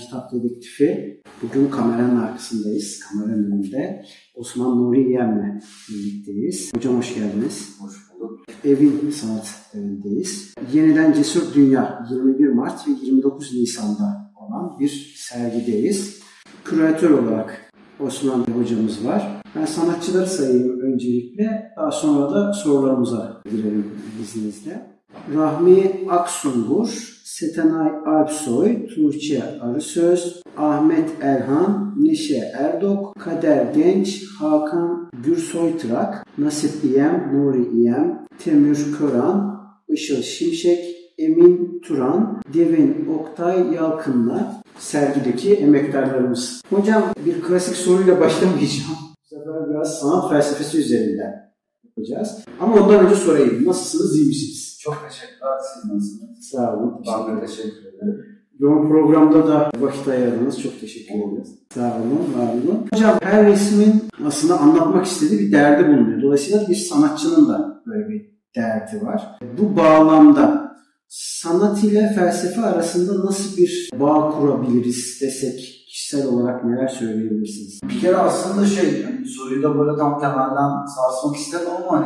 Kitap Dedektifi. Bugün kameranın arkasındayız, kameranın önünde. Osman Nuri Yem'le birlikteyiz. Hocam hoş geldiniz. Hoş bulduk. Evin Sanat Evi'ndeyiz. Yeniden Cesur Dünya 21 Mart ve 29 Nisan'da olan bir sergideyiz. Küratör olarak Osman hocamız var. Ben sanatçıları sayayım öncelikle. Daha sonra da sorularımıza girelim izninizle. Rahmi Aksungur, Setenay Alpsoy, Tuğçe Arısöz, Ahmet Erhan, Neşe Erdok, Kader Genç, Hakan Gürsoytrak, Nasip İyem, Nuri İyem, Temür Köran, Işıl Şimşek, Emin Turan, Devin Oktay Yalkın'la sergideki emektarlarımız. Hocam bir klasik soruyla başlamayacağım. Bu sefer biraz sanat felsefesi üzerinden yapacağız. Ama ondan önce sorayım. Nasılsınız, iyi misiniz? Çok teşekkürler. Siz nasılsınız? Sağ olun. Ben de teşekkür ederim. Yoğun programda da vakit ayırdınız. Çok teşekkür ederiz. Sağ olun, var olun. Hocam her resmin aslında anlatmak istediği bir derdi bulunuyor. Dolayısıyla bir sanatçının da böyle bir derdi var. Bu bağlamda sanat ile felsefe arasında nasıl bir bağ kurabiliriz desek, kişisel olarak neler söyleyebilirsiniz? Bir kere aslında soruyu da böyle tam temelden sarsmak istemem ama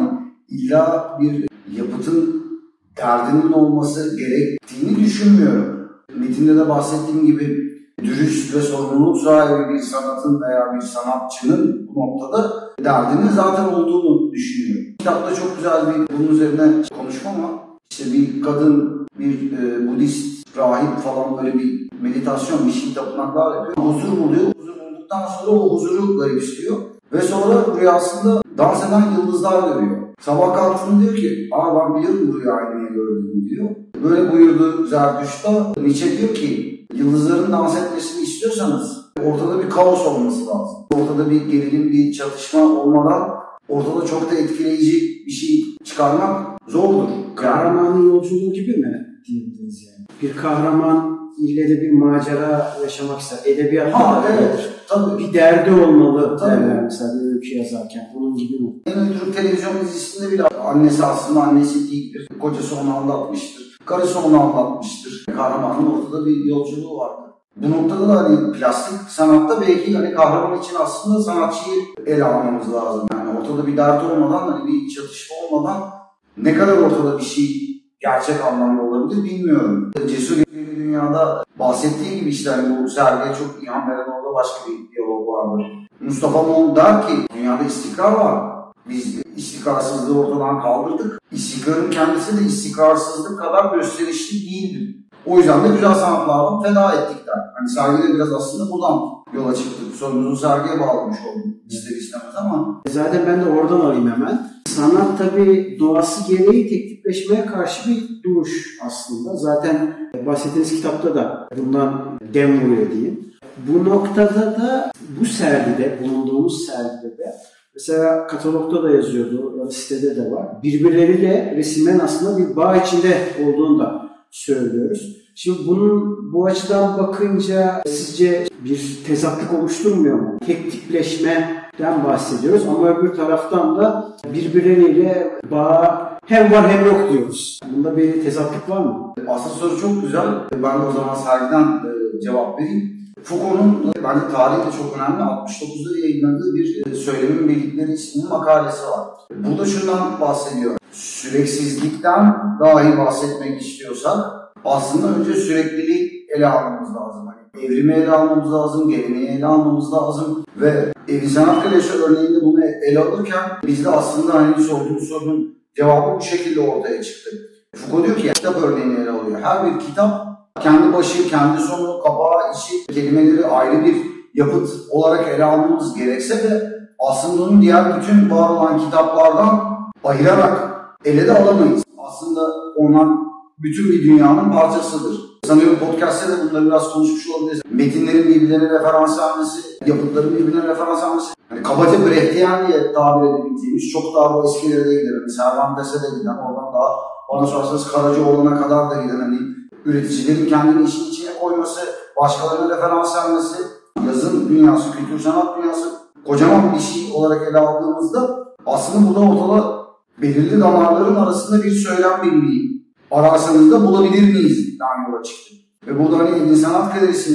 illa bir yapıtın derdinin olması gerektiğini düşünmüyorum. Metinde de bahsettiğim gibi dürüst ve sorumluluk sahibi bir sanatın veya bir sanatçının bu noktada derdinin zaten olduğunu düşünüyorum. Kitapta çok güzel bir bunun üzerine konuşma ama işte bir kadın, bir Budist rahip falan böyle bir meditasyon, bir şey tapınaklar yapıyor. Huzur buluyor. Huzur bulduktan sonra o huzuru garipsiyor. Ve sonra rüyasında dans eden yıldızlar görüyor. Sabah kalktığında diyor ki, ben biliyorum bu rüyayı niye gördüğümü diyor. Böyle buyurdu Zerdüşt'ta. Nietzsche diyor ki, yıldızların dans etmesini istiyorsanız ortada bir kaos olması lazım. Ortada bir gerilim, bir çatışma olmadan ortada çok da etkileyici bir şey çıkarmak zordur. Kahramanın yolculuğu gibi mi diyebiliriz yani? Bir kahraman ille de bir macera yaşamak ister. Edebiyatta da evet, tabii. Bir derdi olmalı derler mesela bir öykü yazarken. Bunun gibi mi? En Türk televizyon dizisinde bile annesi aslında annesi değildir. Kocası onu anlatmıştır. Karısı onu anlatmıştır. Kahramanın ortada bir yolculuğu vardır. Bu noktada da plastik sanatta belki kahraman için aslında sanatçıyı ele almamız lazım. Yani ortada bir dert olmadan, bir çatışma olmadan ne kadar ortada bir şey gerçek anlamda olabilir bilmiyorum. Cesur bir dünyada bahsettiği gibi bu sergiye çok ilham veren orada başka bir diyalog vardır. Mustafa Moğol der ki dünyada istikrar var. Biz istikrarsızlığı ortadan kaldırdık. İstikrarın kendisi de istikrarsızlık kadar gösterişli değildir. O yüzden de güzel sanatlardan feda ettik der. Sergide biraz aslında buradan yola çıktık. Sorumuzu sergiye bağlamış olduk ister istemez ama. Zaten ben de oradan alayım hemen. Sanat tabii doğası gereği teklifleşmeye karşı bir duruş aslında. Zaten bahsettiğiniz kitapta da bundan dem vuruyor diyeyim. Bu noktada da bu sergide, bulunduğumuz sergide de mesela katalogda da yazıyordu, sitede de var. Birbirleriyle resimlerin aslında bir bağ içinde olduğunu da söylüyoruz. Şimdi bunun bu açıdan bakınca sizce bir tezatlık oluşturmuyor mu? Tek tipleşmeden bahsediyoruz ama öbür taraftan da birbirleriyle bağ hem var hem yok diyoruz. Bunda bir tezatlık var mı? Aslında soru çok güzel. Ben de o zaman sergiden cevap vereyim. Foucault'un bence tarihi de çok önemli 69'da yayınladığı bir Söylemin Bildikleri isimli makalesi var. Burada şundan bahsediyor. Süreksizlikten dahi bahsetmek istiyorsak aslında önce sürekliliği ele almamız lazım. Evrimi ele almamız lazım, geleneği ele almamız lazım ve Evin Sanat Galerisi örneğinde bunu ele alırken biz de aslında sorduğumuz sorunun cevabı bu şekilde ortaya çıktı. Foucault diyor ki kitap örneğini ele alıyor. Her bir kitap kendi başı, kendi sonu, kapağı, içi, kelimeleri ayrı bir yapıt olarak ele almamız gerekse de aslında onu diğer bütün var olan kitaplardan ayırarak ele de alamayız. Aslında onlar bütün bir dünyanın parçasıdır. Sanıyorum podcast'te de bunları biraz konuşmuş olabiliriz. Metinlerin birbirlerine referans alması, yapıtların birbirine referans alması. Kabaca Brechtian diye tabir edebileceğimiz çok daha bu eskilere de giden, Cervantes'e de giden, oradan daha bana sorarsanız Karacaoğlan'a kadar da giden üreticilerin kendini işin içine koyması, başkalarına referans vermesi, yazın dünyası, kültür sanat dünyası kocaman bir şey olarak ele aldığımızda aslında burada ortada belirli damarların arasında bir söylem birliği ararsanız da bulabilir miyiz? Yola çıktı. Ve burada Evin Sanat Galerisi'nin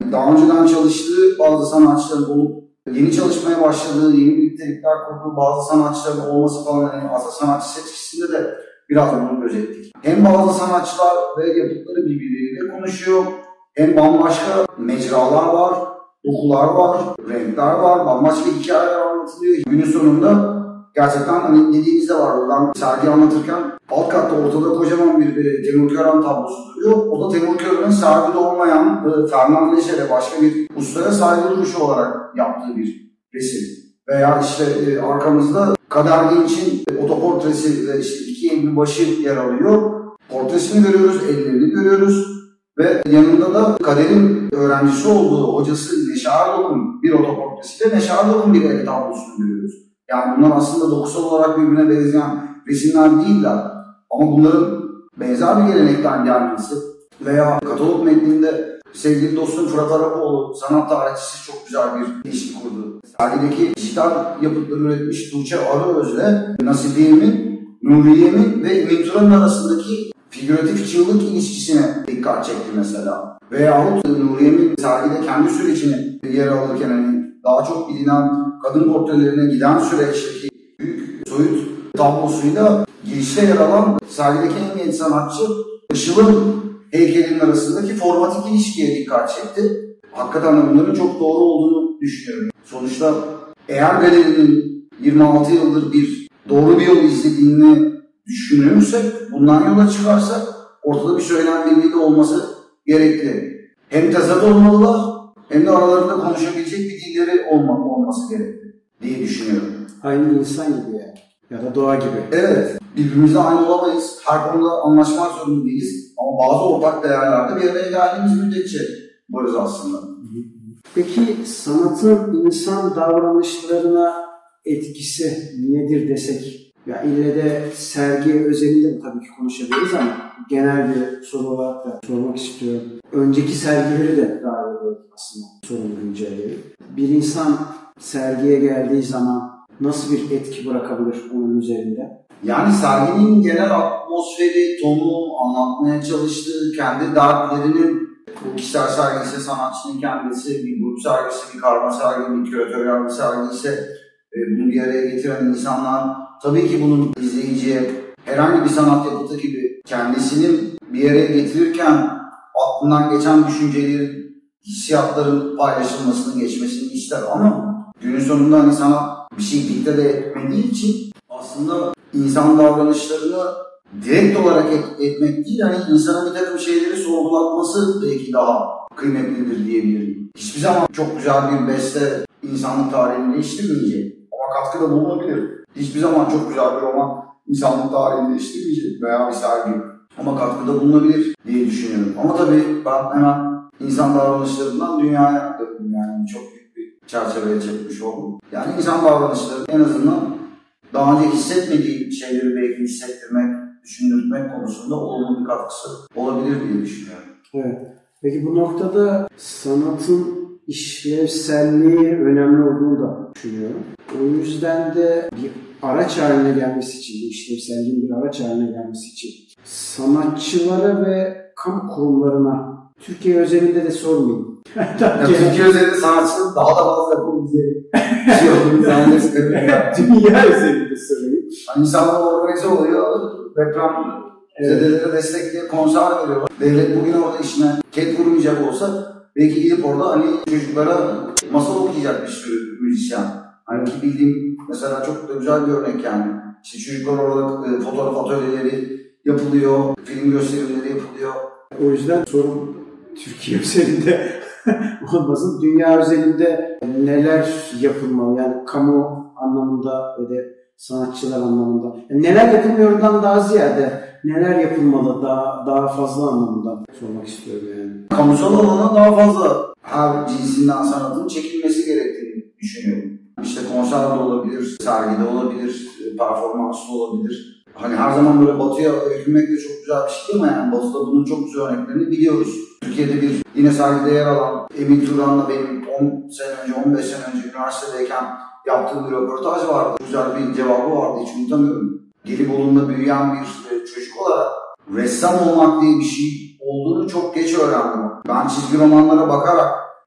daha önceden çalıştığı bazı sanatçıların olup yeni çalışmaya başladığı, yeni birliktelikler kurduğu bazı sanatçıların olması falan, yani aslında sanatçı seçkisinde de biraz bunu gözettik. Hem bazı sanatçılar ve yapıtları birbirleriyle konuşuyor, hem bambaşka mecralar var, dokular var, renkler var, bambaşka hikayeler anlatılıyor. Günün sonunda gerçekten hani dediğinizde var, ben sergi anlatırken alt katta ortada kocaman bir Temur Kören tablosu duruyor. O da Temur Kören'in sergide olmayan Fernand Léger'e, başka bir ustaya saygı duruşu olarak yaptığı bir resim. Veya işte arkamızda Kader Genç'in otoportresi ve işte iki elinin başı yer alıyor. Portresini görüyoruz, ellerini görüyoruz. Ve yanında da Kader'in öğrencisi olduğu hocası Neşe Dokun bir otoportresiyle Neşe Dokun bir el tablosunu görüyoruz. Yani bunlar aslında dokusal olarak birbirine benzeyen resimler değiller. Ama bunların benzer bir gelenekten gelmesi veya katalog metninde sevgili dostum Fırat Arapoğlu, sanat tarihçisi, çok güzel bir ilişki kurdu. Sergideki dijital yapıtları üretmiş Tuğçe Arıöz'le Nasibiye'min, Nuriye'min ve Emin Turan'ın arasındaki figüratif çığlık ilişkisine dikkat çekti mesela. Veyahut Nuriye'min sergide kendi sürecini yer alırken hani daha çok bilinen kadın portrelerine giden süreçteki büyük soyut tablosuyla girişte yer alan sergideki en genç sanatçı Işıl'ın heykelinin arasındaki formatik ilişkiye dikkat çekti. Hakikaten de bunların çok doğru olduğunu düşünüyorum. Sonuçta eğer galerinin 26 yıldır bir doğru bir yol izlediğini düşünürsek, bundan yola çıkarsak ortada bir söylem birliği de olması gerekli. Hem tezat olmalılar hem de aralarında konuşabilecek bir dilleri olması gerekli diye düşünüyorum. Aynı insan gibi yani. Ya da doğa gibi. Evet. Birbirimizle aynı olamayız. Her konuda anlaşmak zorunda değiliz. Ama bazı ortak değerlerde bir araya geldiğimiz müddetçe varız aslında. Peki sanatın insan davranışlarına etkisi nedir desek? Ya ille de sergi özelinde mi tabii ki konuşabiliriz ama genel bir soru olarak da sormak istiyorum. Önceki sergileri de dahil ediyoruz aslında sorunu güncelleyelim. Bir insan sergiye geldiği zaman nasıl bir etki bırakabilir onun üzerinde? Yani serginin genel atmosferi, tonu, anlatmaya çalıştığı kendi dertlerinin, bu kişisel sergi ise sanatçının kendisi, bir grup sergisi, bir karma sergi, bir küratöryel bir sergi ise bunu bir araya getiren insanlar, tabii ki bunun izleyiciye herhangi bir sanat yapıtı gibi kendisinin bir araya getirirken aklından geçen düşüncelerin, hissiyatların paylaşılmasını, geçmesini ister ama günün sonunda hani sanat bir şey dikte de etmediği için aslında insan davranışlarını direkt olarak etmek değil, hani insana bir takım şeyleri sorgulatması belki daha kıymetlidir diyebilirim. Hiçbir zaman çok güzel bir beste insanlık tarihini değiştirmeyecek ama katkıda bulunabilir. Hiçbir zaman çok güzel bir roman insanlık tarihini değiştirmeyecek veya bir sergi ama katkıda bulunabilir diye düşünüyorum. Ama tabii ben hemen insan davranışlarından dünyaya döndüm, yani çok büyük bir çerçeveye çekmiş oldum. Yani insan davranışları en azından daha önce hissetmediği şeyleri belki hissettirmek, düşündürtmek konusunda olumlu bir katkısı olabilir diye düşünüyorum. Evet. Peki bu noktada sanatın işlevselliği önemli olduğunu da düşünüyorum. O yüzden de bir araç haline gelmesi için, bu işlevselliğin bir araç haline gelmesi için sanatçılara ve kamu kurumlarına, Türkiye özelinde de sormayayım. Türkiye özelinde sanatçının daha da fazla yapabileceği şey olduğunu zannediyorum. Dünya özelinde sorayım. İnsanlar organize oluyor, deprem zedelere destek diye konser veriyorlar. Devlet bugün orada işine ket vurmayacak olsa belki gidip orada hani çocuklara masal okuyacak bir sürü müzisyen. Hani ki bildiğim mesela çok da güzel bir örnek yani. İşte çocuklar orada fotoğraf atölyeleri yapılıyor, film gösterimleri yapılıyor. O yüzden sorun Türkiye özelinde olmasın. Dünya özelinde neler yapılmalı? Yani kamu anlamında ve de sanatçılar anlamında. Yani neler yapılmıyordan daha ziyade neler yapılmalı daha fazla anlamında sormak istiyorum yani. Kamusal alana daha fazla her cinsinden sanatın çekilmesi gerektiğini düşünüyorum. İşte konser de olabilir, sergide olabilir, performans da olabilir. Hani her zaman böyle batıya öykünmek de çok güzel bir şey değil mi? Yani batıda bunun çok güzel örneklerini biliyoruz. Türkiye'de bir yine sergide yer alan Emin Turan'la benim 10 sene önce, 15 sene önce üniversitedeyken yaptığım bir röportaj vardı. Güzel bir cevabı vardı, hiç unutamıyorum. Gelibolu'nda büyüyen bir çocuk olarak ressam olmak diye bir şey olduğunu çok geç öğrendim. Ben çizgi romanlara bakarak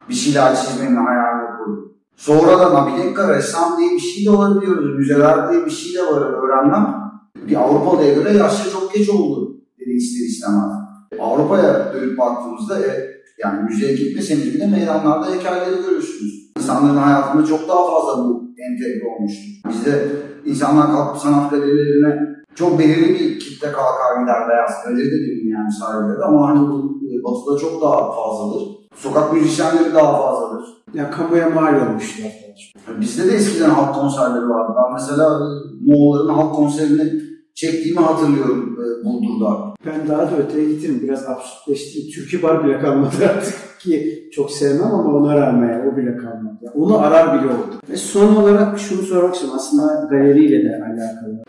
bir şeyler çizmenin hayalini kurdum. Sonradan bir dakika ressam diye bir şey de olabiliyoruz, müzeler diye bir şey de var öğrenmem. Bir Avrupalı'ya göre yaşça çok geç oldu dedi ister istemez. Avrupa'ya dönüp baktığımızda yani müzeye gitmeseniz bile meydanlarda heykelleri görürsünüz. İnsanların hayatında çok daha fazla bu entegre olmuştur. Bizde insanlar kalkıp sanat galerilerine çok belirli bir kitle kalkar gider beyaz galeri de bilmiyorum yani sahilde ama hani bu Batı'da çok daha fazladır. Sokak müzisyenleri daha fazladır. Ya kamuya mal olmuşlar. Bizde de eskiden halk konserleri vardı. Ben mesela Moğolların halk konserini çektiğimi hatırlıyorum Burdur'da. Ben daha da öteye giderim. Biraz absürtleştireyim. Türkü bar bile kalmadı artık ki çok sevmem ama ona rağmen o bile kalmadı. Onu arar bile oldu. Ve son olarak şunu sormak istiyorum. Aslında galeriyle de alakalı.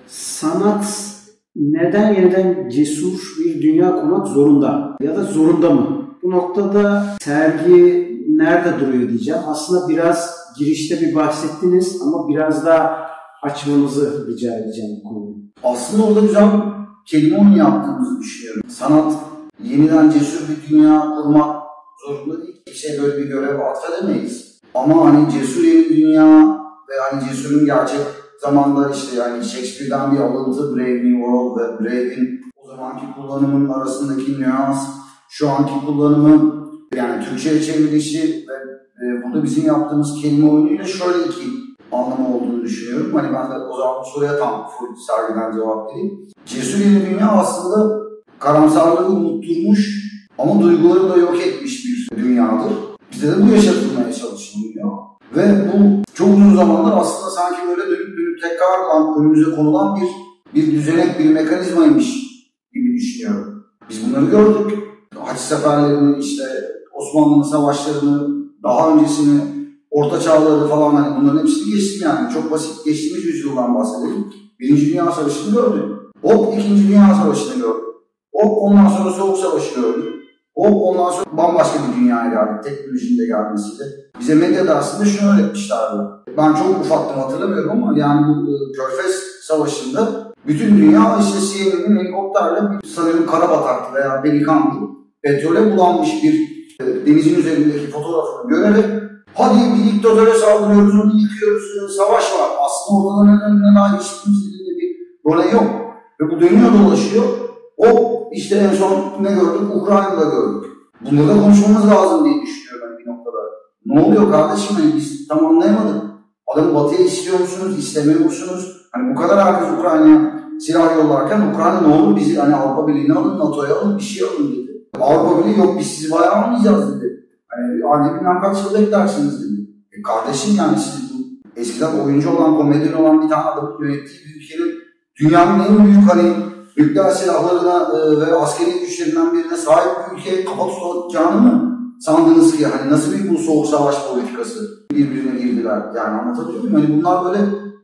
Sanat neden yeniden cesur bir dünya kurmak zorunda? Ya da zorunda mı? Bu noktada sergi nerede duruyor diyeceğim. Aslında biraz girişte bir bahsettiniz ama biraz daha açmanızı rica edeceğim bu konuyu. Aslında orada güzel bir kelime oyunu yaptığımızı düşünüyorum. Sanat yeniden cesur bir dünya kurmak zorunda değil. Kimseye böyle bir görev atfedemeyiz. Ama hani cesur yeni dünya ve hani cesurun gerçek zamanda işte yani Shakespeare'den bir alıntı Brave New World ve Brave'in o zamanki kullanımının arasındaki nüans, şu anki kullanımı yani Türkçe'ye çevrilişi ve burada bizim yaptığımız kelime oyunuyla şöyle iki anlamı olduğunu düşünüyorum. Hani ben de o zaman bu soruya tam full sergiden cevap vereyim. Cesur yeni dünya aslında karamsarlığı unutturmuş ama duyguları da yok etmiş bir dünyadır. Bize de bu yaşatılmaya çalışılıyor. Ve bu çok uzun zamandır aslında sanki böyle dönüp tekrar önümüze konulan bir düzenek, bir mekanizmaymış gibi düşünüyorum. Biz bunları gördük. Haç seferlerini, işte Osmanlı'nın savaşlarını, daha öncesini, Orta Çağları falan hani bunların hepsini geçtim yani. Çok basit geçtiğimiz yüzyıldan bahsedelim. Birinci Dünya Savaşı'nı gördük. Hop İkinci Dünya Savaşı'nı gördük. Hop ondan sonra Soğuk Savaşı gördük. Hop ondan sonra bambaşka bir dünyaya geldik. Teknolojinin de gelmesiyle. Bize medyada aslında şunu öğretmişlerdi. Ben çok ufaktım hatırlamıyorum ama yani bu Körfez Savaşı'nda bütün dünya işte CNN'in helikopterle sanırım Karabatak'tı veya Pelikan'dı. Petrole bulanmış bir denizin üzerindeki fotoğrafını görerek hadi bir diktatöre saldırıyoruz, onu yıkıyoruz, savaş var. Aslında ortada neden daha hiçbirimizin bir role yok. Ve bu dönüyor dolaşıyor. O işte en son ne gördük? Ukrayna'da gördük. Bunları da konuşmamız lazım diye düşünüyorum ben bir noktada. Ne oluyor kardeşim? Yani biz tam anlayamadık. Adamı batıya istiyor musunuz, istemiyor musunuz? Hani bu kadar herkes Ukrayna'ya silah yollarken Ukrayna ne olur bizi hani Avrupa Birliği'ne alın, NATO'ya alın, bir şey alın dedi. Avrupa Birliği yok biz sizi bayağı almayacağız dedi. Hani anca bilmem kaç yıl beklersiniz dedi. Kardeşim yani siz bu eskiden oyuncu olan, komedyen olan bir tane adamın yönettiği bir ülkenin dünyanın en büyük hani nükleer silahlarına ve askeri güçlerinden birine sahip bir ülkeye kafa tutacağını mı sandınız ki? Hani nasıl bir bu soğuk savaş politikası birbirine girdiler? Yani anlatabiliyor muyum? Hani bunlar böyle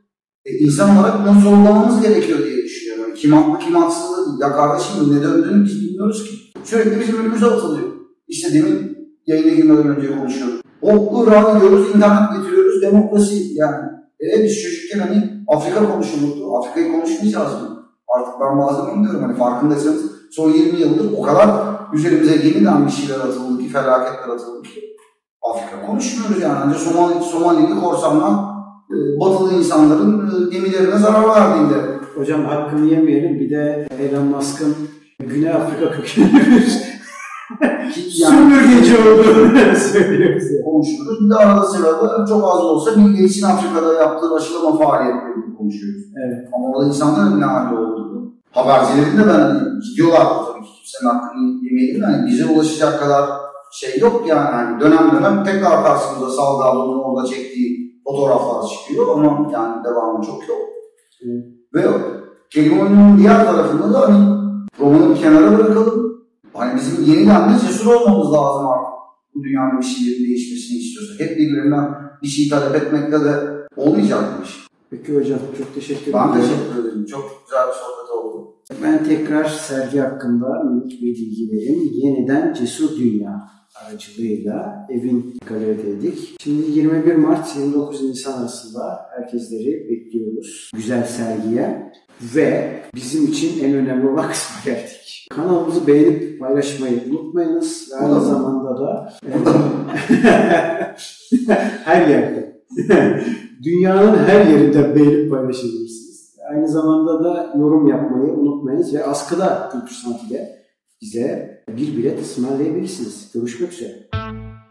insan olarak bunu sorgulamamız gerekiyor diye düşünüyorum. Yani kim haklı kim haksız da değil. Ya kardeşim ne döndüğünü biz bilmiyoruz ki. Sürekli bizim önümüze atılıyor. İşte demin yayına girmeden önce konuşuyorduk. O Irak'ı diyoruz, internet getiriyoruz, demokrasi yani. Biz çocukken hani Afrika konuşulurdu. Afrika'yı konuşmayacağız mı? Artık ben bazen onu diyorum hani farkındaysanız son 20 yıldır o kadar üzerimize yeniden bir şeyler atıldı ki, felaketler atıldı ki Afrika konuşmuyoruz yani. Ancak Somalili korsanlar batılı insanların gemilerine zarar verdiğinde. Hocam hakkını yemeyelim. Bir de Elon Musk'ın Güney Afrika kökenli bir sömürgeci olduğunu söylüyoruz. Konuşuyoruz. Bir de arada sırada çok az olsa Bill Gates'in Afrika'da yaptığı aşılama faaliyetlerini konuşuyoruz. Evet. Ama orada insanların ne hali olduğunu. Habercilerin de ben hani gidiyorlar tabii ki kimsenin hakkını yemeyelim. Yani bize ulaşacak kadar şey yok yani. Hani dönem tekrar karşımıza Salgado orada çektiği fotoğraflar çıkıyor ama yani devamı çok yok. Evet. Ve kelime oyununun diğer tarafında da hani romanı bir kenara bırakalım. Hani bizim yeniden de cesur olmamız lazım artık. Bu dünyanın bir şeylerin değişmesini istiyorsak. Hep birilerinden bir şey talep etmekle de olmayacakmış. Peki hocam çok teşekkür ederim. Ben teşekkür ederim. Çok güzel bir sohbet oldu. Ben tekrar sergi hakkında minik bir bilgi vereyim. Yeniden Cesur Dünya aracılığıyla Evin Galeri'deydik. Şimdi 21 Mart 29 Nisan arasında herkesleri bekliyoruz güzel sergiye. Ve bizim için en önemli olan kısma geldik. Kanalımızı beğenip paylaşmayı unutmayınız. Ve aynı zamanda da her yerde. Dünyanın her yerinde beğenip paylaşabilirsiniz. Aynı zamanda da yorum yapmayı unutmayınız ve askıda Kültür Sanat ile bize bir bilet ısmarlayabilirsiniz. Görüşmek üzere.